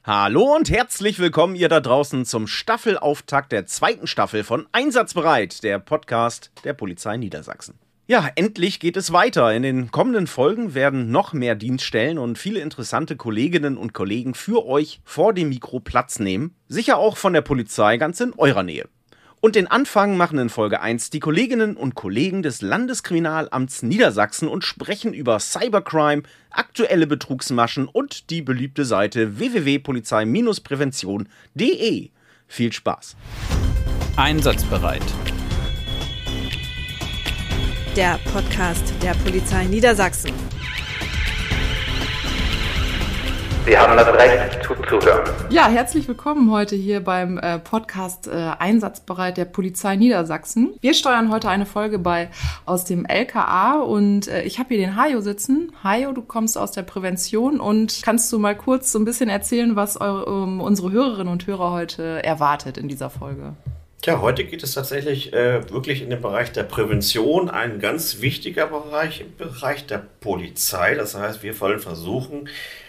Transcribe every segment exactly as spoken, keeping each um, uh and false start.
Hallo und herzlich willkommen ihr da draußen zum Staffelauftakt der zweiten Staffel von Einsatzbereit, der Podcast der Polizei Niedersachsen. Ja, endlich geht es weiter. In den kommenden Folgen werden noch mehr Dienststellen und viele interessante Kolleginnen und Kollegen für euch vor dem Mikro Platz nehmen. Sicher auch von der Polizei ganz in eurer Nähe. Und den Anfang machen in Folge eins die Kolleginnen und Kollegen des Landeskriminalamts Niedersachsen und sprechen über Cybercrime, aktuelle Betrugsmaschen und die beliebte Seite w w w punkt polizei Bindestrich prävention punkt d e. Viel Spaß! Einsatzbereit. Der Podcast der Polizei Niedersachsen. Sie haben das Recht zuzuhören. Ja, herzlich willkommen heute hier beim äh, Podcast äh, Einsatzbereit der Polizei Niedersachsen. Wir steuern heute eine Folge bei aus dem L K A und äh, ich habe hier den Hajo sitzen. Hajo, du kommst aus der Prävention und kannst du mal kurz so ein bisschen erzählen, was eure, um, unsere Hörerinnen und Hörer heute erwartet in dieser Folge? Ja, heute geht es tatsächlich äh, wirklich in den Bereich der Prävention, ein ganz wichtiger Bereich im Bereich der Polizei. Das heißt, wir wollen versuchen,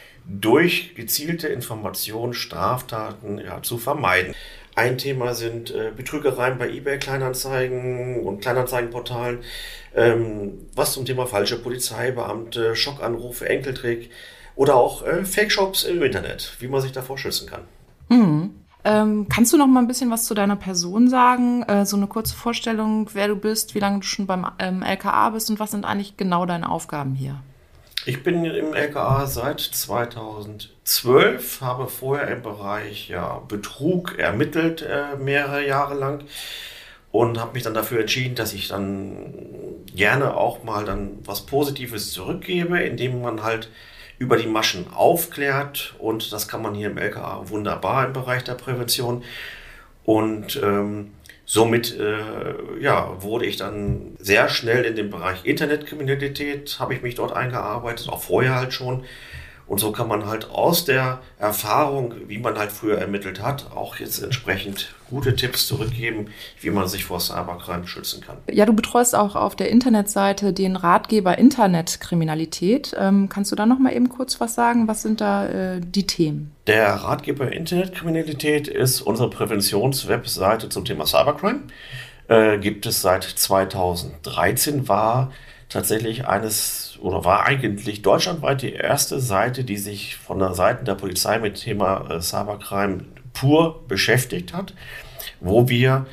durch gezielte Informationen Straftaten ja, zu vermeiden. Ein Thema sind äh, Betrügereien bei eBay-Kleinanzeigen und Kleinanzeigenportalen, ähm, was zum Thema falsche Polizeibeamte, Schockanrufe, Enkeltrick oder auch äh, Fake-Shops im Internet, wie man sich davor schützen kann. Mhm. Ähm, kannst du noch mal ein bisschen was zu deiner Person sagen? Äh, so eine kurze Vorstellung, wer du bist, wie lange du schon beim ähm, L K A bist und was sind eigentlich genau deine Aufgaben hier? Ich bin im L K A seit zweitausendzwölf, habe vorher im Bereich ja, Betrug ermittelt, äh, mehrere Jahre lang und habe mich dann dafür entschieden, dass ich dann gerne auch mal dann was Positives zurückgebe, indem man halt über die Maschen aufklärt und das kann man hier im L K A wunderbar im Bereich der Prävention und ähm, somit äh, ja, wurde ich dann sehr schnell in den Bereich Internetkriminalität, habe ich mich dort eingearbeitet, auch vorher halt schon. Und so kann man halt aus der Erfahrung, wie man halt früher ermittelt hat, auch jetzt entsprechend gute Tipps zurückgeben, wie man sich vor Cybercrime schützen kann. Ja, du betreust auch auf der Internetseite den Ratgeber Internetkriminalität. Ähm, kannst du da noch mal eben kurz was sagen? Was sind da äh, die Themen? Der Ratgeber Internetkriminalität ist unsere Präventionswebseite zum Thema Cybercrime. Äh, gibt es seit zweitausenddreizehn, war tatsächlich eines oder war eigentlich deutschlandweit die erste Seite, die sich von der Seite der Polizei mit dem Thema äh, Cybercrime pur beschäftigt hat, wo wir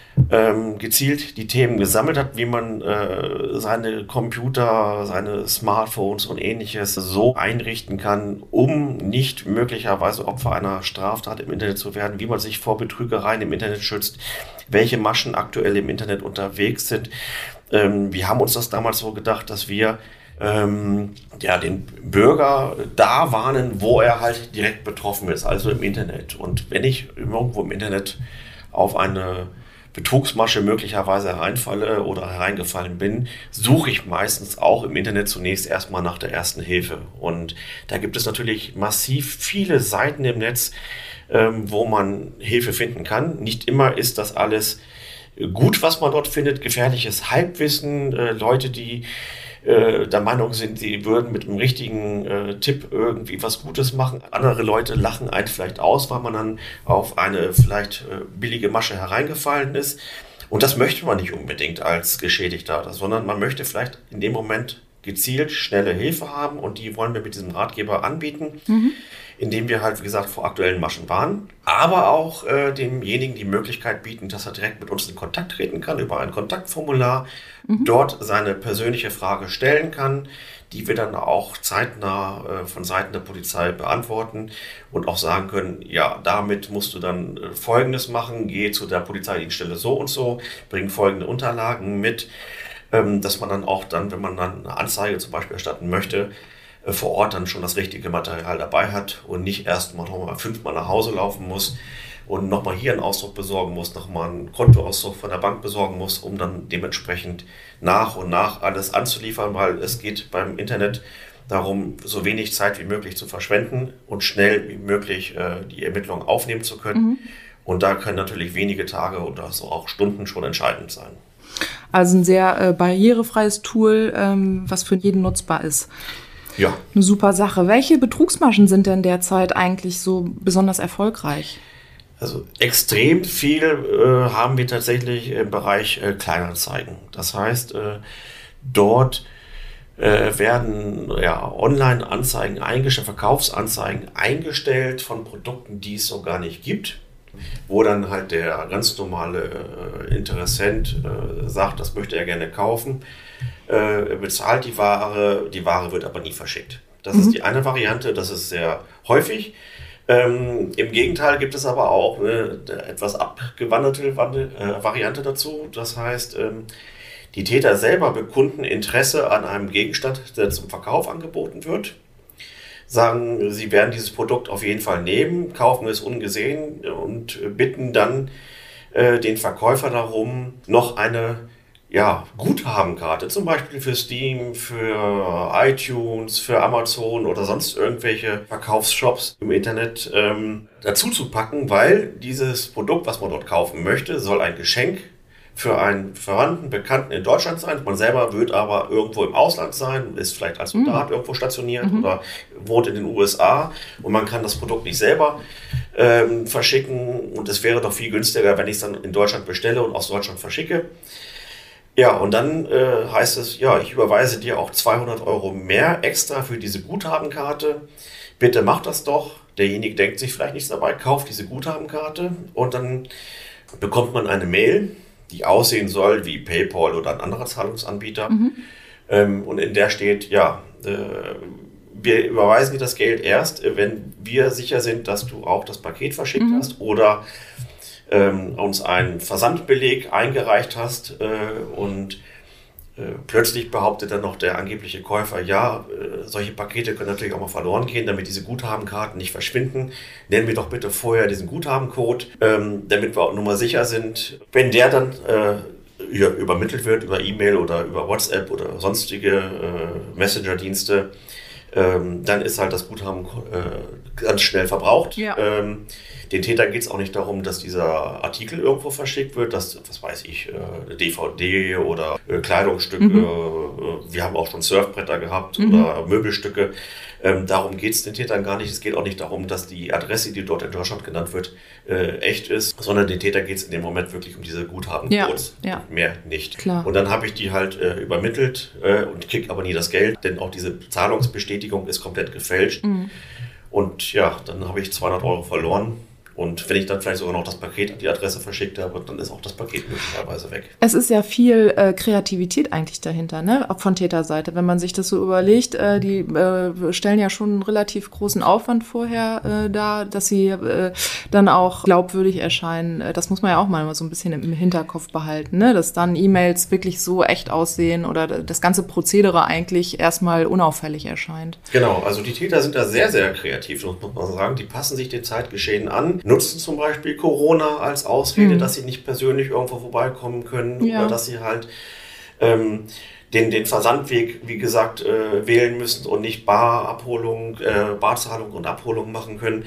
ähm, gezielt die Themen gesammelt hat, wie man äh, seine Computer, seine Smartphones und ähnliches so einrichten kann, um nicht möglicherweise Opfer einer Straftat im Internet zu werden, wie man sich vor Betrügereien im Internet schützt, welche Maschen aktuell im Internet unterwegs sind. Ähm, wir haben uns das damals so gedacht, dass wir ähm, ja, den Bürger da warnen, wo er halt direkt betroffen ist, also im Internet. Und wenn ich irgendwo im Internet auf eine Betrugsmasche möglicherweise hereinfalle oder hereingefallen bin, suche ich meistens auch im Internet zunächst erstmal nach der ersten Hilfe. Und da gibt es natürlich massiv viele Seiten im Netz, ähm, wo man Hilfe finden kann. Nicht immer ist das alles gut, was man dort findet, gefährliches Halbwissen, äh, Leute, die äh, der Meinung sind, sie würden mit dem richtigen äh, Tipp irgendwie was Gutes machen. Andere Leute lachen einen vielleicht aus, weil man dann auf eine vielleicht äh, billige Masche hereingefallen ist. Und das möchte man nicht unbedingt als Geschädigter, sondern man möchte vielleicht in dem Moment gezielt schnelle Hilfe haben und die wollen wir mit diesem Ratgeber anbieten, mhm. indem wir halt, wie gesagt, vor aktuellen Maschen warnen, aber auch äh, demjenigen die Möglichkeit bieten, dass er direkt mit uns in Kontakt treten kann über ein Kontaktformular, mhm. dort seine persönliche Frage stellen kann, die wir dann auch zeitnah äh, von Seiten der Polizei beantworten und auch sagen können, ja, damit musst du dann äh, Folgendes machen, geh zu der Polizeidienststelle so und so, bring folgende Unterlagen mit, ähm, dass man dann auch dann, wenn man dann eine Anzeige zum Beispiel erstatten möchte, äh, vor Ort dann schon das richtige Material dabei hat und nicht erst mal nochmal fünfmal nach Hause laufen muss und nochmal hier einen Ausdruck besorgen muss, nochmal einen Kontoauszug von der Bank besorgen muss, um dann dementsprechend nach und nach alles anzuliefern, weil es geht beim Internet darum, so wenig Zeit wie möglich zu verschwenden und schnell wie möglich äh, die Ermittlungen aufnehmen zu können. Mhm. Und da können natürlich wenige Tage oder so auch Stunden schon entscheidend sein. Also ein sehr äh, barrierefreies Tool, ähm, was für jeden nutzbar ist. Ja. Eine super Sache. Welche Betrugsmaschen sind denn derzeit eigentlich so besonders erfolgreich? Also extrem viel äh, haben wir tatsächlich im Bereich äh, Kleinanzeigen. Das heißt, äh, dort äh, werden ja, Online-Anzeigen eingestellt, Verkaufsanzeigen eingestellt von Produkten, die es so gar nicht gibt, wo dann halt der ganz normale äh, Interessent äh, sagt, das möchte er gerne kaufen, äh, bezahlt die Ware, die Ware wird aber nie verschickt. Das mhm. ist die eine Variante, das ist sehr häufig. Ähm, Im Gegenteil gibt es aber auch eine etwas abgewanderte Wandel, äh, Variante dazu. Das heißt, ähm, die Täter selber bekunden Interesse an einem Gegenstand, der zum Verkauf angeboten wird. Sagen, sie werden dieses Produkt auf jeden Fall nehmen, kaufen es ungesehen und bitten dann äh, den Verkäufer darum, noch eine ja, Guthabenkarte, zum Beispiel für Steam, für iTunes, für Amazon oder sonst irgendwelche Verkaufsshops im Internet ähm, dazu zu packen, weil dieses Produkt, was man dort kaufen möchte, soll ein Geschenk für einen Verwandten, Bekannten in Deutschland sein. Man selber wird aber irgendwo im Ausland sein, ist vielleicht als Soldat mhm. irgendwo stationiert mhm. oder wohnt in den U S A und man kann das Produkt nicht selber ähm, verschicken und es wäre doch viel günstiger, wenn ich es dann in Deutschland bestelle und aus Deutschland verschicke. Ja, und dann äh, heißt es, ja, ich überweise dir auch zweihundert Euro mehr extra für diese Guthabenkarte. Bitte mach das doch. Derjenige denkt sich vielleicht nichts dabei, kauft diese Guthabenkarte und dann bekommt man eine Mail, die aussehen soll wie PayPal oder ein anderer Zahlungsanbieter. Mhm. Ähm, und in der steht, ja, äh, wir überweisen dir das Geld erst, wenn wir sicher sind, dass du auch das Paket verschickt mhm. hast oder ähm, uns einen Versandbeleg eingereicht hast äh, und äh, plötzlich behauptet dann noch der angebliche Käufer, ja, äh, solche Pakete können natürlich auch mal verloren gehen, damit diese Guthabenkarten nicht verschwinden. Nennen wir doch bitte vorher diesen Guthabencode, ähm, damit wir auch nur mal sicher sind. Wenn der dann äh, ja, übermittelt wird über E-Mail oder über WhatsApp oder sonstige äh, Messenger-Dienste, ähm, dann ist halt das Guthaben äh, ganz schnell verbraucht. Ja. Ähm, Den Tätern geht es auch nicht darum, dass dieser Artikel irgendwo verschickt wird, dass, was weiß ich, äh, D V D oder äh, Kleidungsstücke, mhm. äh, wir haben auch schon Surfbretter gehabt mhm. oder Möbelstücke. Ähm, darum geht es den Tätern gar nicht. Es geht auch nicht darum, dass die Adresse, die dort in Deutschland genannt wird, äh, echt ist, sondern den Tätern geht es in dem Moment wirklich um diese Guthabencodes. Ja, ja. Mehr nicht. Klar. Und dann habe ich die halt äh, übermittelt äh, und kriege aber nie das Geld, denn auch diese Zahlungsbestätigung ist komplett gefälscht. Mhm. Und ja, dann habe ich zweihundert Euro verloren. Und wenn ich dann vielleicht sogar noch das Paket an die Adresse verschickt habe, dann ist auch das Paket möglicherweise weg. Es ist ja viel äh, Kreativität eigentlich dahinter, ne? Von Täterseite. Wenn man sich das so überlegt, äh, die äh, stellen ja schon einen relativ großen Aufwand vorher äh, dar, dass sie äh, dann auch glaubwürdig erscheinen. Das muss man ja auch mal so ein bisschen im Hinterkopf behalten, ne? Dass dann E-Mails wirklich so echt aussehen oder das ganze Prozedere eigentlich erstmal unauffällig erscheint. Genau, also die Täter sind da sehr, sehr kreativ, muss man sagen. Die passen sich dem Zeitgeschehen an. Nutzen zum Beispiel Corona als Ausrede, mhm. dass sie nicht persönlich irgendwo vorbeikommen können ja. oder dass sie halt ähm, den, den Versandweg, wie gesagt, äh, wählen müssen und nicht Barabholung, äh, Barzahlung und Abholung machen können.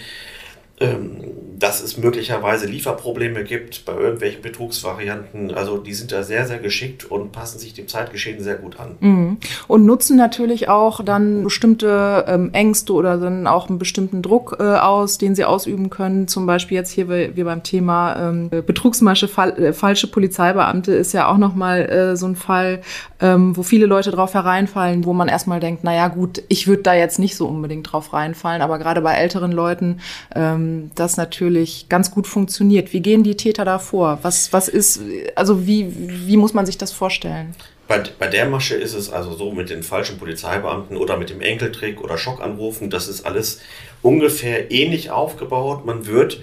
Ähm, dass es möglicherweise Lieferprobleme gibt bei irgendwelchen Betrugsvarianten. Also die sind da sehr, sehr geschickt und passen sich dem Zeitgeschehen sehr gut an. Mhm. Und nutzen natürlich auch dann bestimmte ähm, Ängste oder dann auch einen bestimmten Druck äh, aus, den sie ausüben können. Zum Beispiel jetzt hier wie, wie beim Thema ähm, Betrugsmasche, fall, äh, falsche Polizeibeamte ist ja auch nochmal äh, so ein Fall, ähm, wo viele Leute drauf hereinfallen, wo man erstmal denkt, naja gut, ich würde da jetzt nicht so unbedingt drauf reinfallen, aber gerade bei älteren Leuten ähm, das natürlich ganz gut funktioniert. Wie gehen die Täter da vor? Was, was ist, also wie, wie muss man sich das vorstellen? Bei, bei der Masche ist es also so mit den falschen Polizeibeamten oder mit dem Enkeltrick oder Schockanrufen, das ist alles ungefähr ähnlich aufgebaut. Man wird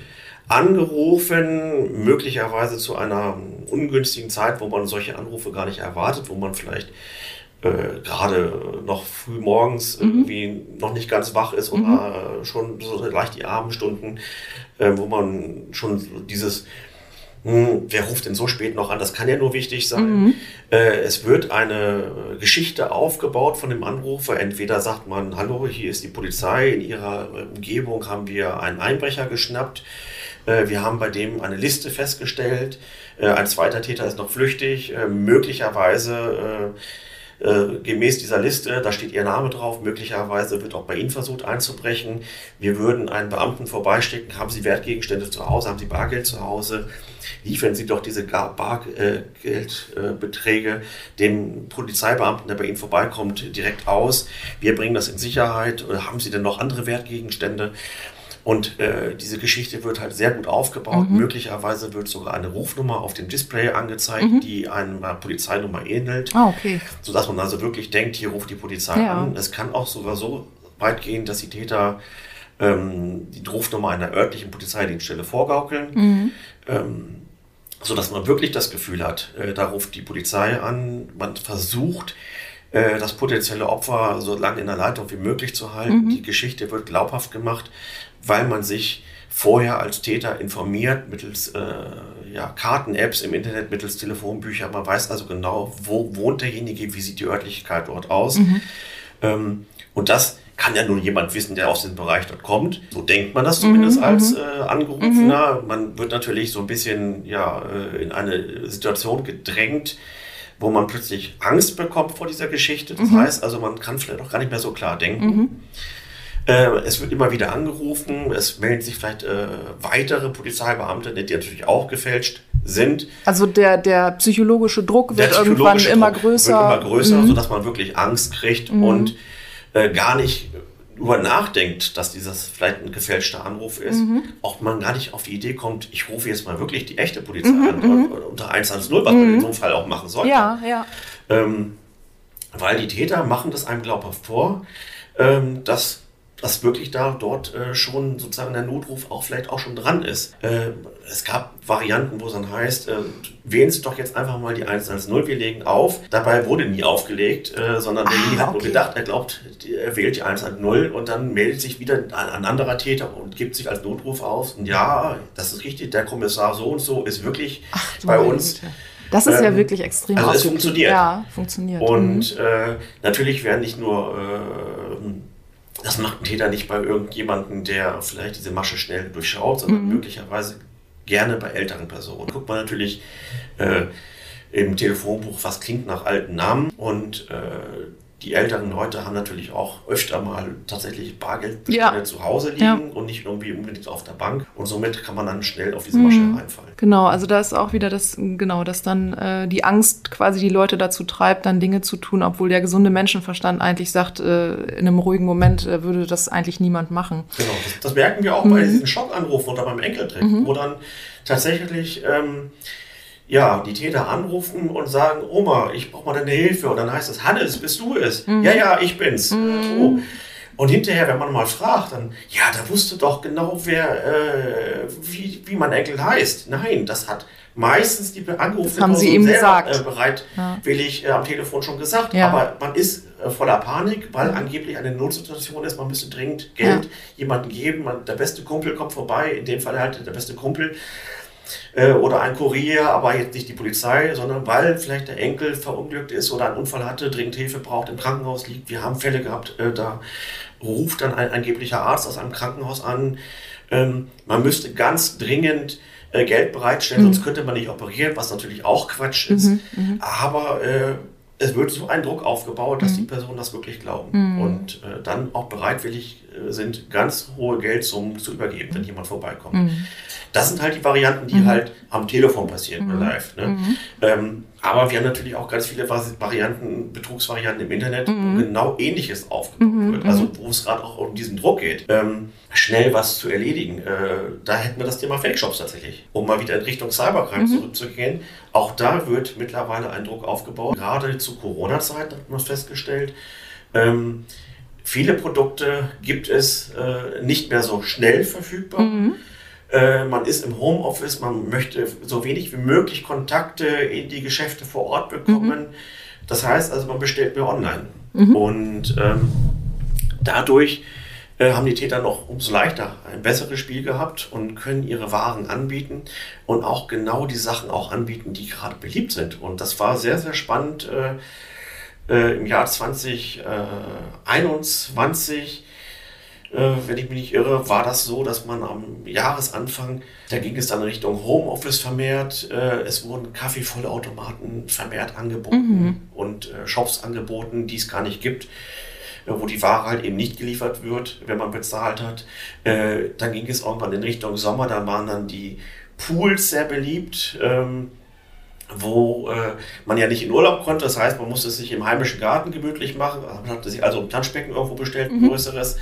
angerufen, möglicherweise zu einer ungünstigen Zeit, wo man solche Anrufe gar nicht erwartet, wo man vielleicht Äh, gerade noch früh morgens mhm. irgendwie noch nicht ganz wach ist oder mhm. schon so leicht die Abendstunden, äh, wo man schon dieses, hm, wer ruft denn so spät noch an, das kann ja nur wichtig sein. Mhm. Äh, es wird eine Geschichte aufgebaut von dem Anrufer. Entweder sagt man, hallo, hier ist die Polizei, in ihrer Umgebung haben wir einen Einbrecher geschnappt. Äh, wir haben bei dem eine Liste festgestellt. Äh, ein zweiter Täter ist noch flüchtig. Äh, möglicherweise äh, Äh, gemäß dieser Liste, da steht Ihr Name drauf, möglicherweise wird auch bei Ihnen versucht einzubrechen. Wir würden einen Beamten vorbeischicken, haben Sie Wertgegenstände zu Hause, haben Sie Bargeld zu Hause, liefern Sie doch diese Bargeldbeträge dem Polizeibeamten, der bei Ihnen vorbeikommt, direkt aus. Wir bringen das in Sicherheit. Oder haben Sie denn noch andere Wertgegenstände? Und äh, diese Geschichte wird halt sehr gut aufgebaut. Mhm. Möglicherweise wird sogar eine Rufnummer auf dem Display angezeigt, mhm. die einer Polizeinummer ähnelt. Ah, okay. Sodass man also wirklich denkt, hier ruft die Polizei ja. an. Es kann auch sogar so weit gehen, dass die Täter ähm, die Rufnummer einer örtlichen Polizeidienststelle vorgaukeln. Mhm. Ähm, sodass man wirklich das Gefühl hat, äh, da ruft die Polizei an. Man versucht, äh, das potenzielle Opfer so lange in der Leitung wie möglich zu halten. Mhm. Die Geschichte wird glaubhaft gemacht, weil man sich vorher als Täter informiert, mittels äh, ja, Karten-Apps im Internet, mittels Telefonbücher. Man weiß also genau, wo wohnt derjenige, wie sieht die Örtlichkeit dort aus. Mhm. Ähm, und das kann ja nur jemand wissen, der aus dem Bereich dort kommt. So denkt man das zumindest mhm, als äh, Angerufener. Mhm. Man wird natürlich so ein bisschen ja, äh, in eine Situation gedrängt, wo man plötzlich Angst bekommt vor dieser Geschichte. Das mhm. heißt also, man kann vielleicht auch gar nicht mehr so klar denken. Mhm. Äh, es wird immer wieder angerufen, es melden sich vielleicht äh, weitere Polizeibeamte, die natürlich auch gefälscht sind. Also der, der psychologische Druck wird irgendwann immer Druck größer. Wird immer größer, mhm. sodass man wirklich Angst kriegt mhm. und äh, gar nicht über nachdenkt, dass dieses vielleicht ein gefälschter Anruf ist, mhm. auch man gar nicht auf die Idee kommt, ich rufe jetzt mal wirklich die echte Polizei mhm. an, mhm. unter eins eins null, was mhm. man in so einem Fall auch machen sollte. Ja, ja. Ähm, weil die Täter machen das einem glaubhaft vor, ähm, dass dass wirklich da dort äh, schon sozusagen der Notruf auch vielleicht auch schon dran ist. Äh, es gab Varianten, wo es dann heißt, äh, wählen Sie doch jetzt einfach mal die eins eins null, wir legen auf. Dabei wurde nie aufgelegt, äh, sondern derjenige ah, okay. hat nur gedacht, er glaubt, er wählt die eins eins null und dann meldet sich wieder ein, ein anderer Täter und gibt sich als Notruf aus. Und ja, das ist richtig, der Kommissar so und so ist wirklich Ach, bei uns. Güte. Das ist ähm, ja wirklich extrem. Also es funktioniert. Ja, funktioniert. Und mhm. äh, natürlich werden nicht nur äh, das macht ein Täter nicht bei irgendjemandem, der vielleicht diese Masche schnell durchschaut, sondern mhm. möglicherweise gerne bei älteren Personen. Guckt man natürlich äh, im Telefonbuch, was klingt nach alten Namen und äh, die älteren Leute haben natürlich auch öfter mal tatsächlich Bargeld ja. zu Hause liegen ja. und nicht irgendwie unbedingt auf der Bank. Und somit kann man dann schnell auf diese Masche mhm. reinfallen. Genau, also da ist auch wieder das, genau, dass dann äh, die Angst quasi die Leute dazu treibt, dann Dinge zu tun, obwohl der gesunde Menschenverstand eigentlich sagt, äh, in einem ruhigen Moment äh, würde das eigentlich niemand machen. Genau, das, das merken wir auch mhm. bei diesen Schockanrufen oder beim Enkeltrick, mhm. wo dann tatsächlich ähm, ja, die Täter anrufen und sagen, Oma, ich brauche mal deine Hilfe. Und dann heißt es, Hannes, bist du es? Mhm. Ja, ja, ich bin's. Mhm. Oh. Und hinterher, wenn man mal fragt, dann, ja, da wusste doch genau, wer, äh, wie, wie mein Enkel heißt. Nein, das hat meistens die angerufene Person sie ihm selber gesagt. Äh, bereitwillig ja. äh, am Telefon schon gesagt. Ja. Aber man ist äh, voller Panik, weil mhm. angeblich eine Notsituation ist. Man müsste dringend Geld ja. jemandem geben. Man, der beste Kumpel kommt vorbei, in dem Fall halt der beste Kumpel. Oder ein Kurier, aber jetzt nicht die Polizei, sondern weil vielleicht der Enkel verunglückt ist oder einen Unfall hatte, dringend Hilfe braucht, im Krankenhaus liegt. Wir haben Fälle gehabt, äh, da ruft dann ein angeblicher Arzt aus einem Krankenhaus an. Ähm, man müsste ganz dringend äh, Geld bereitstellen, mhm. sonst könnte man nicht operieren, was natürlich auch Quatsch ist. Mhm, mh. Aber äh, es wird so ein Druck aufgebaut, dass mhm. die Personen das wirklich glauben mhm. und äh, dann auch bereitwillig äh, sind, ganz hohe Geldsummen zu übergeben, wenn jemand vorbeikommt. Mhm. Das sind halt die Varianten, die mhm. halt am Telefon passieren, mhm. live. Ne? Mhm. Ähm, aber wir haben natürlich auch ganz viele Varianten, Betrugsvarianten im Internet, mhm. wo genau Ähnliches aufgebaut mhm. wird. Also wo es gerade auch um diesen Druck geht, ähm, schnell was zu erledigen. Äh, da hätten wir das Thema Fake-Shops tatsächlich. Um mal wieder in Richtung Cybercrime mhm. zurückzugehen. Auch da wird mittlerweile ein Druck aufgebaut. Gerade zu Corona-Zeiten hat man festgestellt, ähm, viele Produkte gibt es äh, nicht mehr so schnell verfügbar. Mhm. Man ist im Homeoffice, man möchte so wenig wie möglich Kontakte in die Geschäfte vor Ort bekommen. Mhm. Das heißt also, man bestellt mehr online. Mhm. Und ähm, dadurch äh, haben die Täter noch umso leichter ein besseres Spiel gehabt und können ihre Waren anbieten und auch genau die Sachen auch anbieten, die gerade beliebt sind. Und das war sehr, sehr spannend äh, äh, im Jahr zwanzig einundzwanzig. äh, wenn ich mich nicht irre, war das so, dass man am Jahresanfang, da ging es dann in Richtung Homeoffice vermehrt, äh, es wurden Kaffeevollautomaten vermehrt angeboten mhm. und äh, Shops angeboten, die es gar nicht gibt, äh, wo die Ware halt eben nicht geliefert wird, wenn man bezahlt hat. Äh, dann ging es irgendwann in Richtung Sommer, da waren dann die Pools sehr beliebt, ähm, wo äh, man ja nicht in Urlaub konnte. Das heißt, man musste es sich im heimischen Garten gemütlich machen. Man hatte sich also ein Planschbecken irgendwo bestellt, ein mhm. größeres.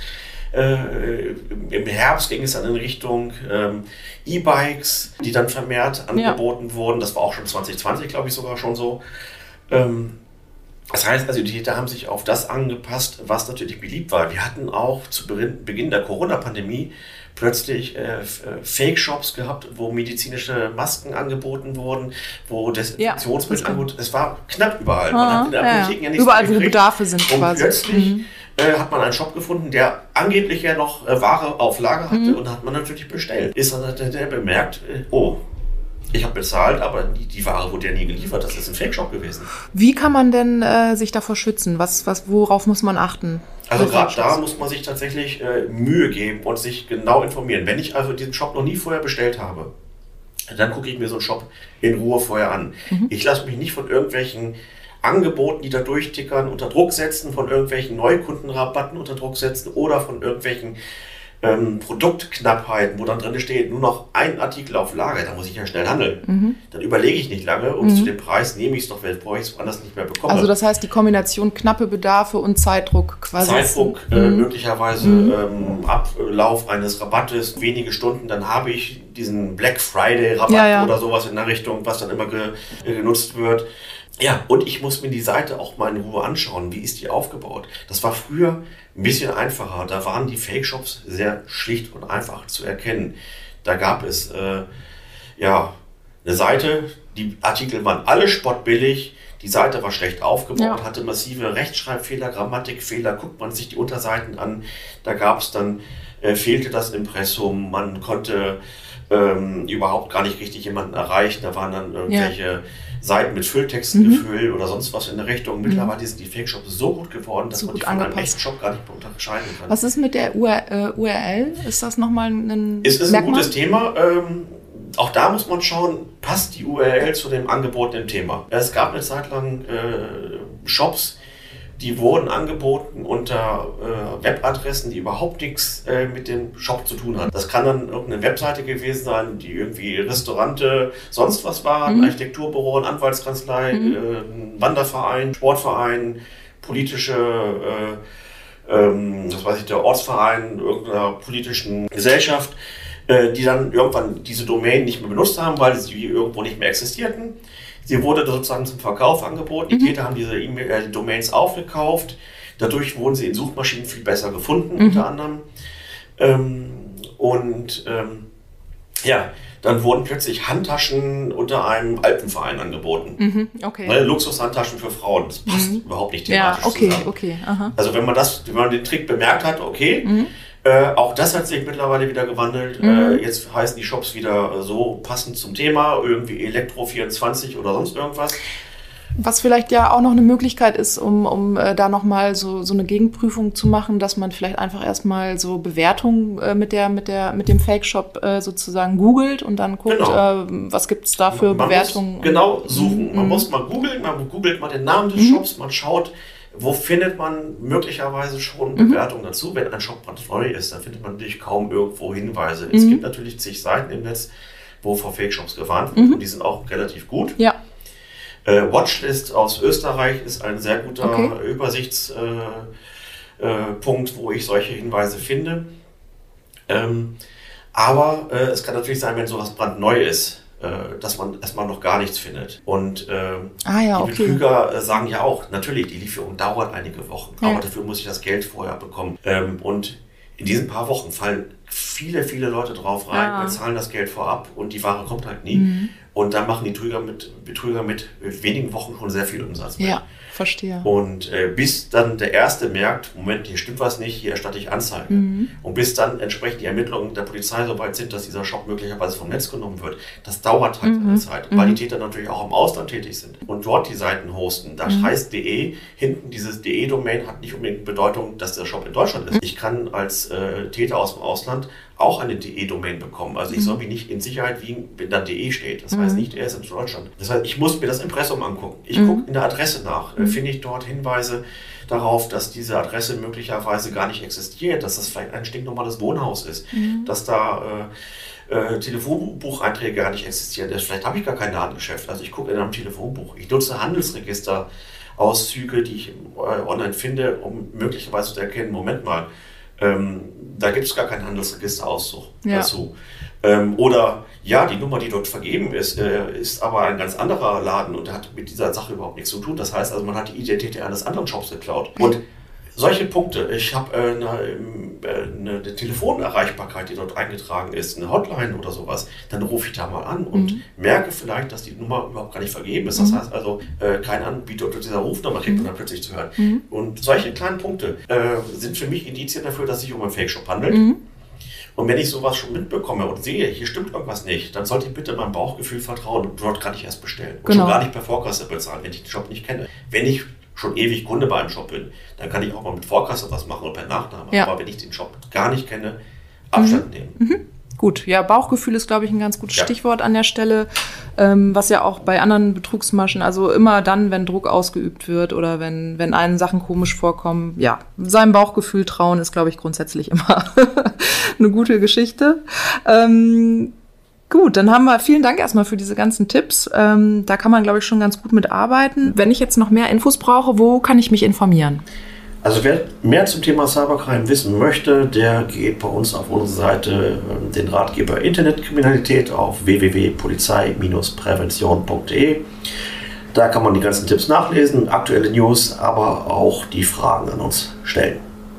Äh, Im Herbst ging es dann in Richtung ähm, E-Bikes, die dann vermehrt angeboten ja. wurden. Das war auch schon zwanzig zwanzig, glaube ich, sogar schon so. Ähm, das heißt, also die Täter haben sich auf das angepasst, was natürlich beliebt war. Wir hatten auch zu Beginn der Corona-Pandemie plötzlich äh, Fake-Shops gehabt, wo medizinische Masken angeboten wurden, wo Desinfektionsmittel ja, angeboten. Es war knapp überall. Man ah, hat in der Apotheken ja, ja nichts überall, wo Bedarfe sind und quasi. Plötzlich mhm. äh, hat man einen Shop gefunden, der angeblich ja noch äh, Ware auf Lager hatte mhm. und hat man natürlich bestellt. Ist dann der, der bemerkt, äh, oh, ich habe bezahlt, aber die, die Ware wurde ja nie geliefert. Das ist ein Fake-Shop gewesen. Wie kann man denn äh, sich davor schützen? Was, was, worauf muss man achten? Also gerade da muss man sich tatsächlich äh, Mühe geben und sich genau informieren. Wenn ich also diesen Shop noch nie vorher bestellt habe, dann gucke ich mir so einen Shop in Ruhe vorher an. Mhm. Ich lasse mich nicht von irgendwelchen Angeboten, die da durchtickern, unter Druck setzen, von irgendwelchen Neukundenrabatten unter Druck setzen oder von irgendwelchen ähm, Produktknappheiten, wo dann drin steht, nur noch ein Artikel auf Lager, da muss ich ja schnell handeln. Mhm. Dann überlege ich nicht lange und mhm. zu dem Preis nehme ich es doch, weil brauche ich es woanders nicht mehr bekommen. Also das heißt, die Kombination knappe Bedarfe und Zeitdruck quasi. Zeitdruck, äh, mhm. möglicherweise mhm. ähm, Ablauf eines Rabattes, wenige Stunden, dann habe ich diesen Black Friday Rabatt ja, ja. oder sowas in der Richtung, was dann immer ge, äh, genutzt wird. Ja, und ich muss mir die Seite auch mal in Ruhe anschauen. Wie ist die aufgebaut? Das war früher ein bisschen einfacher. Da waren die Fake-Shops sehr schlicht und einfach zu erkennen. Da gab es äh, ja eine Seite, die Artikel waren alle spottbillig, die Seite war schlecht aufgebaut, ja. hatte massive Rechtschreibfehler, Grammatikfehler. Guckt man sich die Unterseiten an, da gab es dann, äh, fehlte das Impressum, man konnte ähm, überhaupt gar nicht richtig jemanden erreichen. Da waren dann irgendwelche ja. Seiten mit Fülltexten mhm. gefüllt oder sonst was in der Richtung. Mittlerweile mhm. sind die Fake-Shops so gut geworden, dass so man die von einem echten Shop gar nicht mehr unterscheiden kann. Was ist mit der U R L? Ist das nochmal ein Es ist Merkmal? Ein gutes Thema. Ähm, auch da muss man schauen, passt die U R L zu dem angebotenen Thema. Es gab eine Zeit lang äh, Shops, die wurden angeboten unter äh, Webadressen, die überhaupt nichts äh, mit dem Shop zu tun haben. Das kann dann irgendeine Webseite gewesen sein, die irgendwie Restaurante, sonst was war, mhm. ein Architekturbüro, eine Anwaltskanzlei, mhm. äh, ein Wanderverein, Sportverein, politische, äh, ähm, das weiß ich, der Ortsverein irgendeiner politischen Gesellschaft, äh, die dann irgendwann diese Domain nicht mehr benutzt haben, weil sie irgendwo nicht mehr existierten. Sie wurde sozusagen zum Verkauf angeboten. Die mhm. Täter haben diese E-Mail, äh, Domains aufgekauft. Dadurch wurden sie in Suchmaschinen viel besser gefunden, mhm. unter anderem. Ähm, und ähm, ja, dann wurden plötzlich Handtaschen unter einem Alpenverein angeboten. Mhm. Okay. Weil Luxushandtaschen für Frauen, das passt mhm. überhaupt nicht thematisch ja, okay, zusammen. Okay, aha. Also wenn man das, wenn man den Trick bemerkt hat, okay, mhm. Äh, auch das hat sich mittlerweile wieder gewandelt. Mhm. Äh, jetzt heißen die Shops wieder so passend zum Thema, irgendwie Elektro vierundzwanzig oder sonst irgendwas. Was vielleicht ja auch noch eine Möglichkeit ist, um, um äh, da nochmal so, so eine Gegenprüfung zu machen, dass man vielleicht einfach erstmal so Bewertungen äh, mit der, mit der, mit dem Fake-Shop äh, sozusagen googelt und dann guckt, genau. äh, was gibt es da für man Bewertungen. Muss genau suchen. Mhm. Man muss mal googeln, man googelt mal den Namen des mhm. Shops, man schaut, wo findet man möglicherweise schon mhm. Bewertungen dazu? Wenn ein Shop brandneu ist, dann findet man natürlich kaum irgendwo Hinweise. Mhm. Es gibt natürlich zig Seiten im Netz, wo vor Fake-Shops gewarnt wird mhm. und die sind auch relativ gut. Ja. Äh, Watchlist aus Österreich ist ein sehr guter okay. Übersichtspunkt, äh, äh, wo ich solche Hinweise finde. Ähm, aber äh, es kann natürlich sein, wenn sowas brandneu ist, dass man erstmal noch gar nichts findet. Und äh, ah, ja, die okay. Betrüger äh, sagen ja auch, natürlich, die Lieferung dauert einige Wochen, ja. aber dafür muss ich das Geld vorher bekommen. Ähm, und in diesen paar Wochen fallen viele, viele Leute drauf rein, Ja. bezahlen das Geld vorab und die Ware kommt halt nie. Mhm. Und dann machen die Betrüger mit, Betrüger mit wenigen Wochen schon sehr viel Umsatz mit. Ja, verstehe. Und äh, bis dann der Erste merkt, Moment, hier stimmt was nicht, hier erstatte ich Anzeige. Mhm. Und bis dann entsprechend die Ermittlungen der Polizei so weit sind, dass dieser Shop möglicherweise vom Netz genommen wird, das dauert halt Mhm. eine Zeit, weil die Täter natürlich auch im Ausland tätig sind und dort die Seiten hosten. Das Mhm. heißt .de, hinten dieses .de-Domain hat nicht unbedingt Bedeutung, dass der Shop in Deutschland ist. Ich kann als äh, Täter aus dem Ausland auch eine .de-Domain bekommen. Also ich Mhm. soll mich nicht in Sicherheit wiegen, wenn da .de steht. Das heißt nicht, er ist in Deutschland. Das heißt, ich muss mir das Impressum angucken. Ich Mhm. gucke in der Adresse nach. Äh, Finde ich dort Hinweise darauf, dass diese Adresse möglicherweise gar nicht existiert, dass das vielleicht ein stinknormales Wohnhaus ist, dass da äh, äh, Telefonbucheinträge gar nicht existieren. Vielleicht habe ich gar kein Ladengeschäft. Also ich gucke in einem Telefonbuch. Ich nutze Handelsregister-Auszüge, die ich äh, online finde, um möglicherweise zu erkennen, Moment mal, ähm, da gibt es gar keinen Handelsregisterauszug Ja. dazu. Ähm, oder ja, die Nummer, die dort vergeben ist, äh, ist aber ein ganz anderer Laden und hat mit dieser Sache überhaupt nichts zu tun. Das heißt also, man hat die Identität eines anderen Shops geklaut. Und solche Punkte, ich habe äh, eine, äh, eine Telefonerreichbarkeit, die dort eingetragen ist, eine Hotline oder sowas, dann rufe ich da mal an und Mhm. merke vielleicht, dass die Nummer überhaupt gar nicht vergeben ist. Das Mhm. heißt also, äh, kein Anbieter unter dieser Rufnummer kriegt man dann plötzlich zu hören. Mhm. Und solche kleinen Punkte äh, sind für mich Indizien dafür, dass es sich um einen Fake-Shop handelt. Mhm. Und wenn ich sowas schon mitbekomme und sehe, hier stimmt irgendwas nicht, dann sollte ich bitte meinem Bauchgefühl vertrauen und dort kann ich erst bestellen. Und Genau. schon gar nicht per Vorkasse bezahlen, wenn ich den Shop nicht kenne. Wenn ich schon ewig Kunde bei einem Shop bin, dann kann ich auch mal mit Vorkasse was machen oder per Nachname. Ja. Aber wenn ich den Shop gar nicht kenne, Abstand nehmen. Gut, ja, Bauchgefühl ist, glaube ich, ein ganz gutes Ja. Stichwort an der Stelle, ähm, was ja auch bei anderen Betrugsmaschen, also immer dann, wenn Druck ausgeübt wird oder wenn, wenn einen Sachen komisch vorkommen, ja, seinem Bauchgefühl trauen ist, glaube ich, grundsätzlich immer eine gute Geschichte. Ähm, Gut, dann haben wir, vielen Dank erstmal für diese ganzen Tipps. Ähm, da kann man, glaube ich, schon ganz gut mitarbeiten. Wenn ich jetzt noch mehr Infos brauche, wo kann ich mich informieren? Also wer mehr zum Thema Cybercrime wissen möchte, der geht bei uns auf unsere Seite, äh, den Ratgeber Internetkriminalität auf w w w punkt polizei Bindestrich prävention punkt d e. Da kann man die ganzen Tipps nachlesen, aktuelle News, aber auch die Fragen an uns stellen.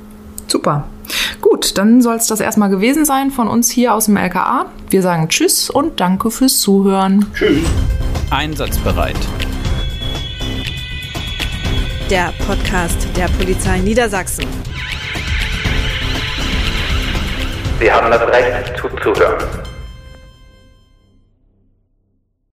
Super. Gut, dann soll es das erstmal gewesen sein von uns hier aus dem L K A. Wir sagen Tschüss und danke fürs Zuhören. Tschüss. Einsatzbereit. Der Podcast der Polizei Niedersachsen. Sie haben das Recht zuzuhören.